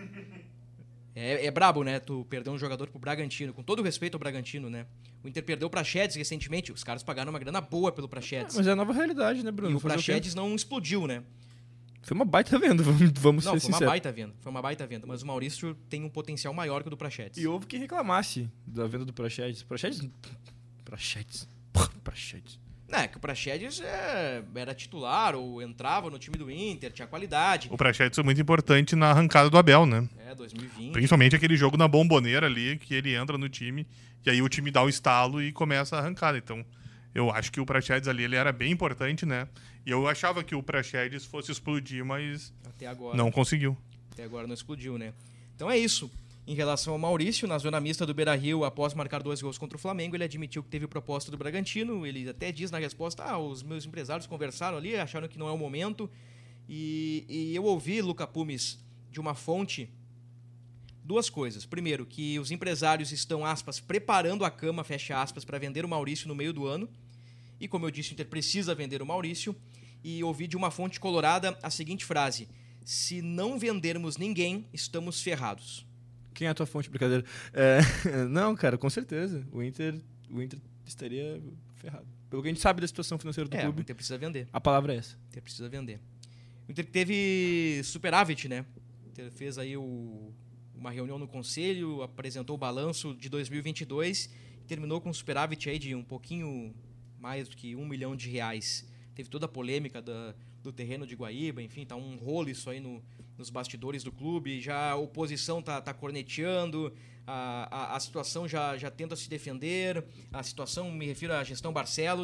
É, é brabo, né, tu perder um jogador pro Bragantino, com todo o respeito ao Bragantino, né. O Inter perdeu o Praxedes recentemente, os caras pagaram uma grana boa pelo Praxedes. É, mas é a nova realidade, né, Bruno? E o Praxedes não explodiu, né. Foi uma baita venda, vamos, vamos não, ser sinceros. Não, foi uma baita venda. Foi uma baita venda. Mas o Maurício tem um potencial maior que o do Praxedes. E houve quem reclamasse da venda do Praxedes. Praxedes? Praxedes. Praxedes. Não, é que o Praxedes é, era titular ou entrava no time do Inter, tinha qualidade. O Praxedes foi muito importante na arrancada do Abel, né? É, dois mil e vinte. Principalmente aquele jogo na Bomboneira ali, que ele entra no time e aí o time dá o estalo e começa a arrancada. Então, eu acho que o Praxedes ali ele era bem importante, né? E eu achava que o Praxedes fosse explodir, mas até agora não conseguiu. Até agora não explodiu, né? Então é isso. Em relação ao Maurício, na zona mista do Beira-Rio, após marcar dois gols contra o Flamengo, ele admitiu que teve proposta do Bragantino. Ele até diz na resposta, ah, os meus empresários conversaram ali, acharam que não é o momento. E, e eu ouvi, Luca Pumes, de uma fonte, duas coisas. Primeiro, que os empresários estão, aspas, preparando a cama, fecha aspas, para vender o Maurício no meio do ano. E como eu disse, o Inter precisa vender o Maurício. E ouvi de uma fonte colorada a seguinte frase: se não vendermos ninguém, estamos ferrados. Quem é a tua fonte, brincadeira? É, não, cara, com certeza. O Inter, o Inter estaria ferrado. Pelo que a gente sabe da situação financeira do é, clube. O Inter precisa vender. A palavra é essa. O Inter precisa vender. O Inter teve superávit, né? O Inter fez aí o, uma reunião no conselho, apresentou o balanço de dois mil e vinte e dois, terminou com um superávit aí de um pouquinho mais do que um milhão de reais. Teve toda a polêmica da, do terreno de Guaíba, enfim, tá um rolo isso aí no, nos bastidores do clube, já a oposição tá, tá corneteando, a, a, a situação já, já tenta se defender, a situação, me refiro à gestão Barcelos,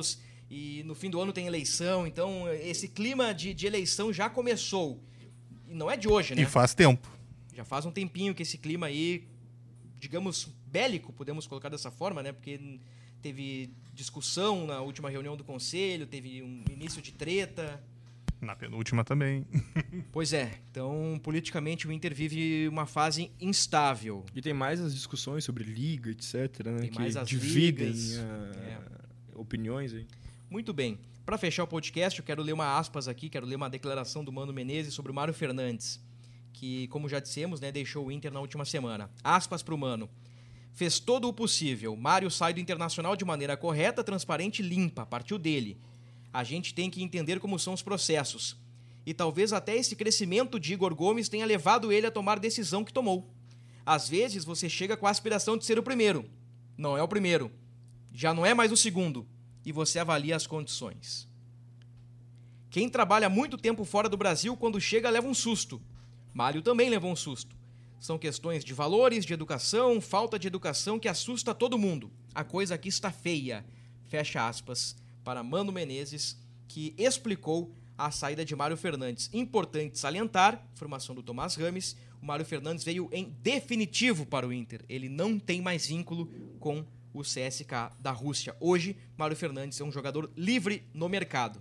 e no fim do ano tem eleição, então esse clima de, de eleição já começou. E não é de hoje, né? E faz tempo. Já faz um tempinho que esse clima aí, digamos, bélico, podemos colocar dessa forma, né? Porque teve discussão na última reunião do Conselho, teve um início de treta. Na penúltima também. Pois é, então politicamente o Inter vive uma fase instável. E tem mais as discussões sobre liga, etcétera, né? Tem que mais as dividem ligas. uh, opiniões aí. Muito bem. Para fechar o podcast, eu quero ler uma aspas aqui, quero ler uma declaração do Mano Menezes sobre o Mário Fernandes, que, como já dissemos, né, deixou o Inter na última semana. Aspas para o Mano. Fez todo o possível. Mário sai do Internacional de maneira correta, transparente e limpa. Partiu dele. A gente tem que entender como são os processos. E talvez até esse crescimento de Igor Gomes tenha levado ele a tomar a decisão que tomou. Às vezes você chega com a aspiração de ser o primeiro. Não é o primeiro. Já não é mais o segundo. E você avalia as condições. Quem trabalha muito tempo fora do Brasil, quando chega, leva um susto. Mário também levou um susto. São questões de valores, de educação, falta de educação que assusta todo mundo. A coisa aqui está feia. Fecha aspas para Mano Menezes, que explicou a saída de Mário Fernandes. Importante salientar, formação do Tomás Rames, o Mário Fernandes veio em definitivo para o Inter. Ele não tem mais vínculo com o C S K a da Rússia. Hoje, Mário Fernandes é um jogador livre no mercado.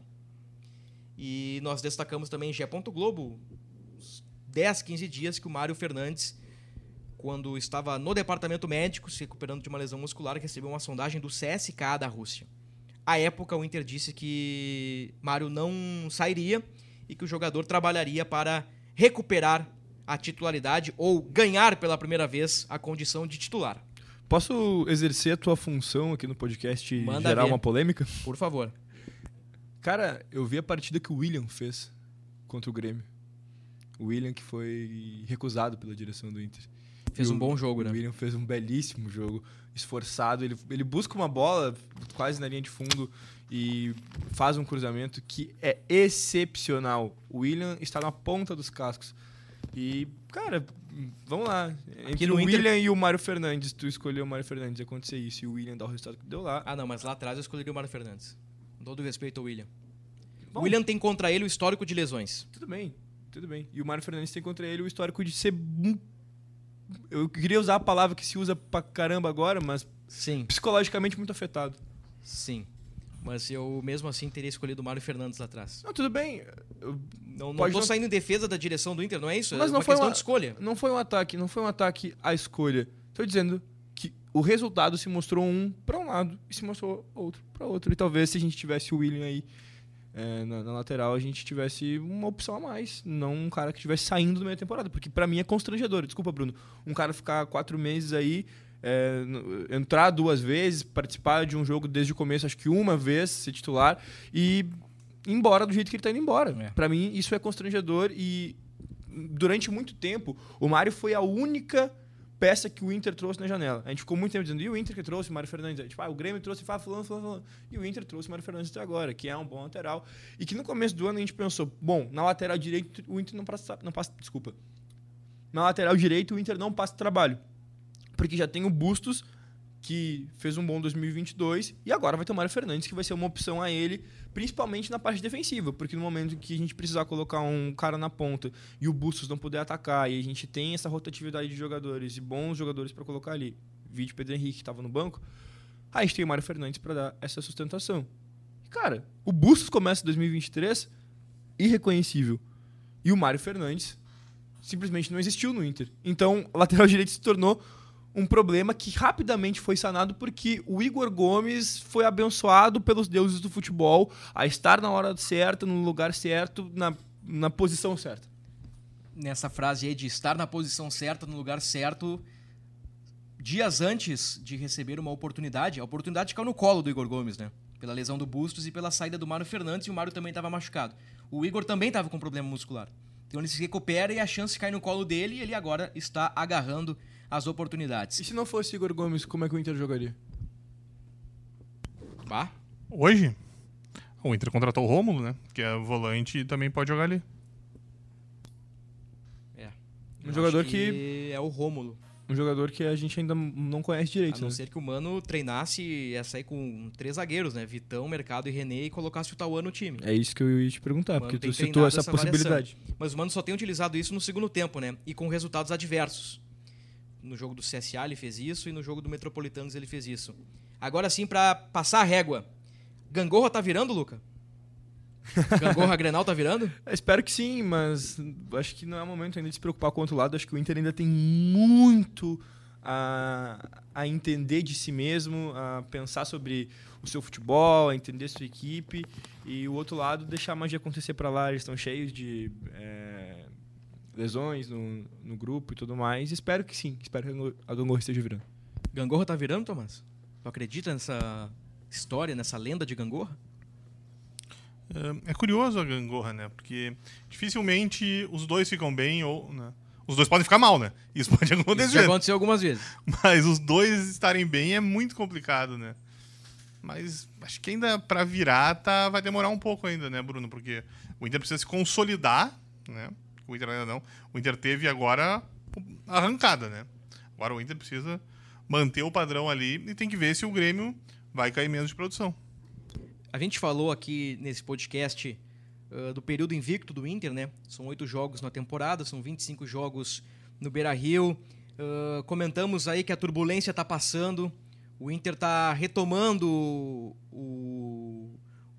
E nós destacamos também em G E. Globo, uns dez, quinze dias que o Mário Fernandes, quando estava no departamento médico, se recuperando de uma lesão muscular, recebeu uma sondagem do C S K a da Rússia. À época, o Inter disse que Mário não sairia e que o jogador trabalharia para recuperar a titularidade ou ganhar pela primeira vez a condição de titular. Posso exercer a tua função aqui no podcast e Manda gerar ver. uma polêmica? Por favor. Cara, eu vi a partida que o William fez contra o Grêmio. O William que foi recusado pela direção do Inter. Fez E um o- bom jogo, né? O William fez um belíssimo jogo, esforçado. Ele, ele busca uma bola quase na linha de fundo e faz um cruzamento que é excepcional. O William está na ponta dos cascos. E, cara, vamos lá. Entre no o Inter- William e o Mário Fernandes, tu escolheu o Mário Fernandes e acontecer isso, e o William dá o resultado que deu lá. Ah, não, mas lá atrás eu escolheria o Mário Fernandes. Com todo respeito ao William. Bom. O William tem contra ele o histórico de lesões. Tudo bem, tudo bem. E o Mário Fernandes tem contra ele o histórico de ser... um- Eu queria usar a palavra que se usa pra caramba agora, mas Sim, psicologicamente muito afetado. sim. Mas eu mesmo assim teria escolhido o Mário Fernandes lá atrás. Não, tudo bem. Eu- Não, não Pode tô não- saindo em defesa da direção do Inter, não é isso? Mas é não uma foi questão uma- de escolha. Não foi um ataque, não foi um ataque à escolha. Tô dizendo que o resultado se mostrou um pra um lado e se mostrou outro pra outro. E talvez se a gente tivesse o William aí é, na, na lateral, a gente tivesse uma opção a mais. Não um cara que estivesse saindo do meio da temporada. Porque pra mim é constrangedor. Desculpa, Bruno. Um cara ficar quatro meses aí, é, no- entrar duas vezes, participar de um jogo desde o começo, acho que uma vez, ser titular, e ir embora do jeito que ele tá indo embora. É. Pra mim, isso é constrangedor e durante muito tempo, o Mário foi a única peça que o Inter trouxe na janela. A gente ficou muito tempo dizendo, e o Inter que trouxe o Mário Fernandes? Tipo, ah, o Grêmio trouxe Fá, fulano, fulano, fulano. E o Inter trouxe o Mário Fernandes até agora, que é um bom lateral. E que no começo do ano a gente pensou, bom, na lateral direito o Inter não passa, não passa, desculpa. Na lateral direito o Inter não passa trabalho. Porque já tem o Bustos, que fez um bom dois mil e vinte e dois, e agora vai ter o Mário Fernandes, que vai ser uma opção a ele, principalmente na parte defensiva, porque no momento que a gente precisar colocar um cara na ponta e o Bustos não puder atacar, e a gente tem essa rotatividade de jogadores e bons jogadores para colocar ali, vídeo Pedro Henrique que estava no banco, aí a gente tem o Mário Fernandes para dar essa sustentação. E, cara, o Bustos começa dois mil e vinte e três irreconhecível, e o Mário Fernandes simplesmente não existiu no Inter. Então, o lateral direito se tornou um problema que rapidamente foi sanado porque o Igor Gomes foi abençoado pelos deuses do futebol a estar na hora certa, no lugar certo, na, na posição certa. Nessa frase aí de estar na posição certa, no lugar certo, dias antes de receber uma oportunidade, a oportunidade caiu no colo do Igor Gomes, né? Pela lesão do Bustos e pela saída do Mário Fernandes, e o Mário também estava machucado. O Igor também estava com problema muscular. Então ele se recupera e a chance cai no colo dele e ele agora está agarrando as oportunidades. E se não fosse Igor Gomes, como é que o Inter jogaria? Bah, Hoje, o Inter contratou o Rômulo, né? Que é volante e também pode jogar ali. é. Um Eu jogador acho que é o Rômulo. Um jogador que a gente ainda não conhece direito. A não né? ser que o Mano treinasse ia sair com três zagueiros, né? Vitão, Mercado e René e colocasse o Tauan no time. É isso que eu ia te perguntar, Mano porque tem tu citou treinado essa, essa possibilidade. variação. Mas o Mano só tem utilizado isso no segundo tempo, né? E com resultados adversos. No jogo do C S A ele fez isso e no jogo do Metropolitanos ele fez isso. Agora sim, pra passar a régua. Gangorra tá virando, Luca? Gangorra Grenal tá virando? Eu espero que sim, mas acho que não é o momento ainda de se preocupar com o outro lado. Acho que o Inter ainda tem muito a, a entender de si mesmo, a pensar sobre o seu futebol, a entender sua equipe. E o outro lado, deixar a magia acontecer pra lá. Eles estão cheios de é, lesões no, no grupo e tudo mais. Espero que sim. Espero que a Gangorra esteja virando. Gangorra tá virando, Tomás? Tu acredita nessa história, nessa lenda de Gangorra? É curioso a Gangorra, né? Porque dificilmente os dois ficam bem ou... Né? Os dois podem ficar mal, né? Isso pode acontecer. Isso já aconteceu algumas vezes. Mas os dois estarem bem é muito complicado, né? Mas acho que ainda pra virar tá, vai demorar um pouco ainda, né, Bruno? Porque o Inter precisa se consolidar, né? O Inter ainda não. O Inter teve agora a arrancada, né? Agora o Inter precisa manter o padrão ali e tem que ver se o Grêmio vai cair menos de produção. A gente falou aqui nesse podcast uh, do período invicto do Inter, né? São oito jogos na temporada, são vinte e cinco jogos no Beira-Rio. Uh, comentamos aí que a turbulência está passando, o Inter está retomando o...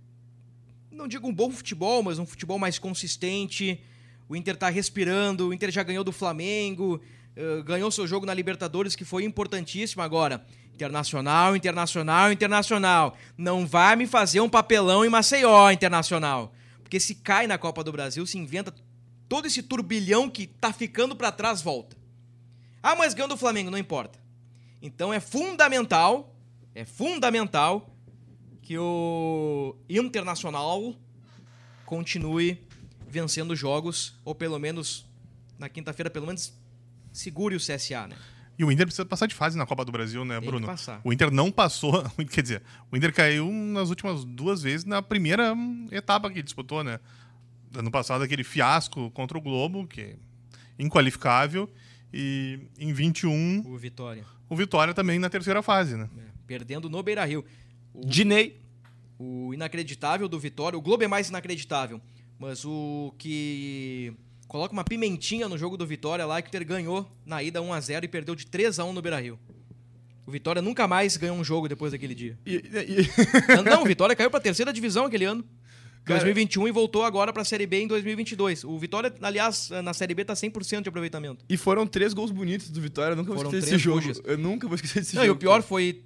não digo um bom futebol, mas um futebol mais consistente. O Inter está respirando, o Inter já ganhou do Flamengo, uh, ganhou seu jogo na Libertadores, que foi importantíssimo agora. Internacional, Internacional, Internacional. Não vai me fazer um papelão em Maceió, Internacional. Porque se cai na Copa do Brasil, se inventa todo esse turbilhão que tá ficando pra trás, volta. Ah, mas ganhou do Flamengo, não importa. Então é fundamental, é fundamental que o Internacional continue vencendo jogos, ou pelo menos, na quinta-feira, pelo menos, segure o C S A, né? E o Inter precisa passar de fase na Copa do Brasil, né, Tem Bruno? que passar. O Inter não passou, quer dizer, o Inter caiu nas últimas duas vezes na primeira etapa que disputou, né? Ano passado, aquele fiasco contra o Globo, que é inqualificável, e em vinte e um, O Vitória. o Vitória também na terceira fase, né? É, perdendo no Beira-Rio. O, Dinei. o inacreditável do Vitória, o Globo é mais inacreditável, mas o que coloca uma pimentinha no jogo do Vitória lá, que o Inter ganhou na ida um a zero e perdeu de três a um no Beira-Rio. O Vitória nunca mais ganhou um jogo depois daquele dia. E, e... Não, não, o Vitória caiu pra terceira divisão aquele ano. Cara, dois mil e vinte e um e voltou agora pra Série B em dois mil e vinte e dois. O Vitória, aliás, na Série B tá cem por cento de aproveitamento. E foram três gols bonitos do Vitória. Eu nunca vou Foram esquecer três desse jogo. gols. Eu nunca vou esquecer desse Não, jogo. e o pior foi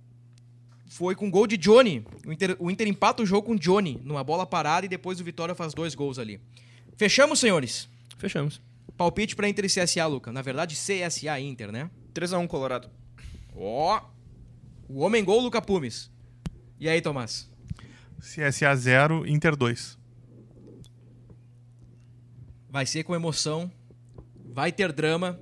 foi com gol de Johnny. O Inter, o Inter empata o jogo com Johnny, numa bola parada, e depois o Vitória faz dois gols ali. Fechamos, senhores? Fechamos. Palpite pra Inter e C S A, Luca. Na verdade, C S A Inter, né? três a um Colorado. Ó! O homem gol, Luca Pumes. E aí, Tomás? C S A zero, Inter dois. Vai ser com emoção. Vai ter drama.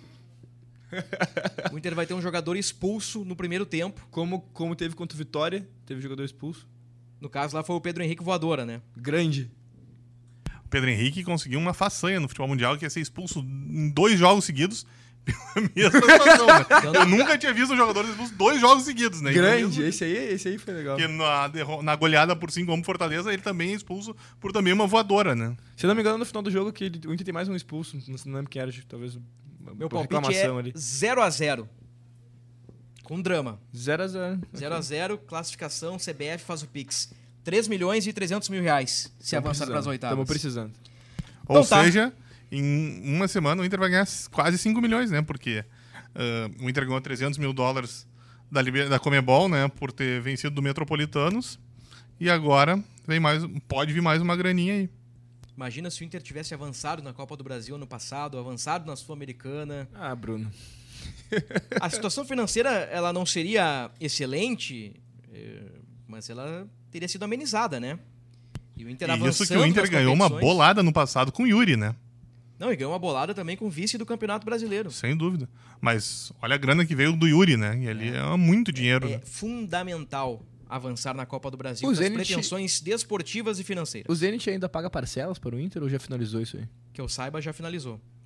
O Inter vai ter um jogador expulso no primeiro tempo. Como, como teve contra o Vitória, teve jogador expulso. No caso lá foi o Pedro Henrique Voadora, né? Grande. O Pedro Henrique conseguiu uma façanha no futebol mundial, que ia ser expulso em dois jogos seguidos pela mesma situação, né? Eu nunca tinha visto um jogador expulso dois jogos seguidos, né? Grande. Mesmo, Esse aí, esse aí foi legal. porque na, derro- na goleada por cinco a um Fortaleza, ele também é expulso por também uma voadora, né? Se eu não me engano, no final do jogo, que ele- o Inter tem mais um expulso. Não lembro quem era, talvez uma Meu uma palpite reclamação é ali. zero a zero. Com drama. zero a zero. zero a zero, classificação, C B F faz o Pix. três milhões e trezentos mil reais se avançar para as oitavas. Estamos precisando. Ou Então tá. seja, em uma semana o Inter vai ganhar quase cinco milhões, né? Porque uh, o Inter ganhou trezentos mil dólares da, Liber- da Comebol, né? Por ter vencido do Metropolitanos. E agora vem mais, pode vir mais uma graninha aí. Imagina se o Inter tivesse avançado na Copa do Brasil ano passado, avançado na Sul-Americana. Ah, Bruno. A situação financeira ela não seria excelente, eh, mas ela teria sido amenizada, né? E o Inter E avançando isso que o Inter nas ganhou uma competições. bolada no passado com o Yuri, né? Não, e ganhou uma bolada também com o vice do Campeonato Brasileiro. Sem dúvida. Mas olha a grana que veio do Yuri, né? E ali é, muito dinheiro. É né? fundamental avançar na Copa do Brasil O com as Zenit- pretensões desportivas e financeiras. O Zenit ainda paga parcelas para o Inter ou já finalizou isso aí? Que eu saiba, já finalizou.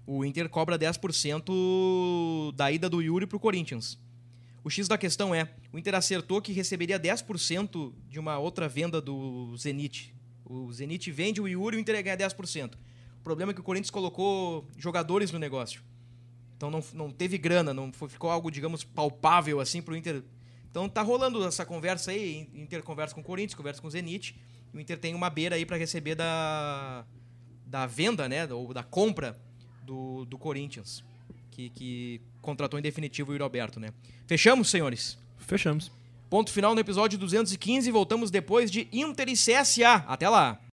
o Inter cobra dez por cento da ida do Yuri pro Corinthians. O X da questão é, o Inter acertou que receberia dez por cento de uma outra venda do Zenit. O Zenit vende o Yuri e o Inter ganha dez por cento. O problema é que o Corinthians colocou jogadores no negócio. Então não, não teve grana, não foi, ficou algo, digamos, palpável assim pro Inter. Então tá rolando essa conversa aí, Inter conversa com o Corinthians, conversa com o Zenit. O Inter tem uma beira aí para receber da, da venda, né, ou da compra do, do Corinthians, que, que contratou em definitivo o Yuri Alberto, né. Fechamos, senhores? Fechamos. Ponto final no episódio duzentos e quinze, voltamos depois de Inter e C S A. Até lá!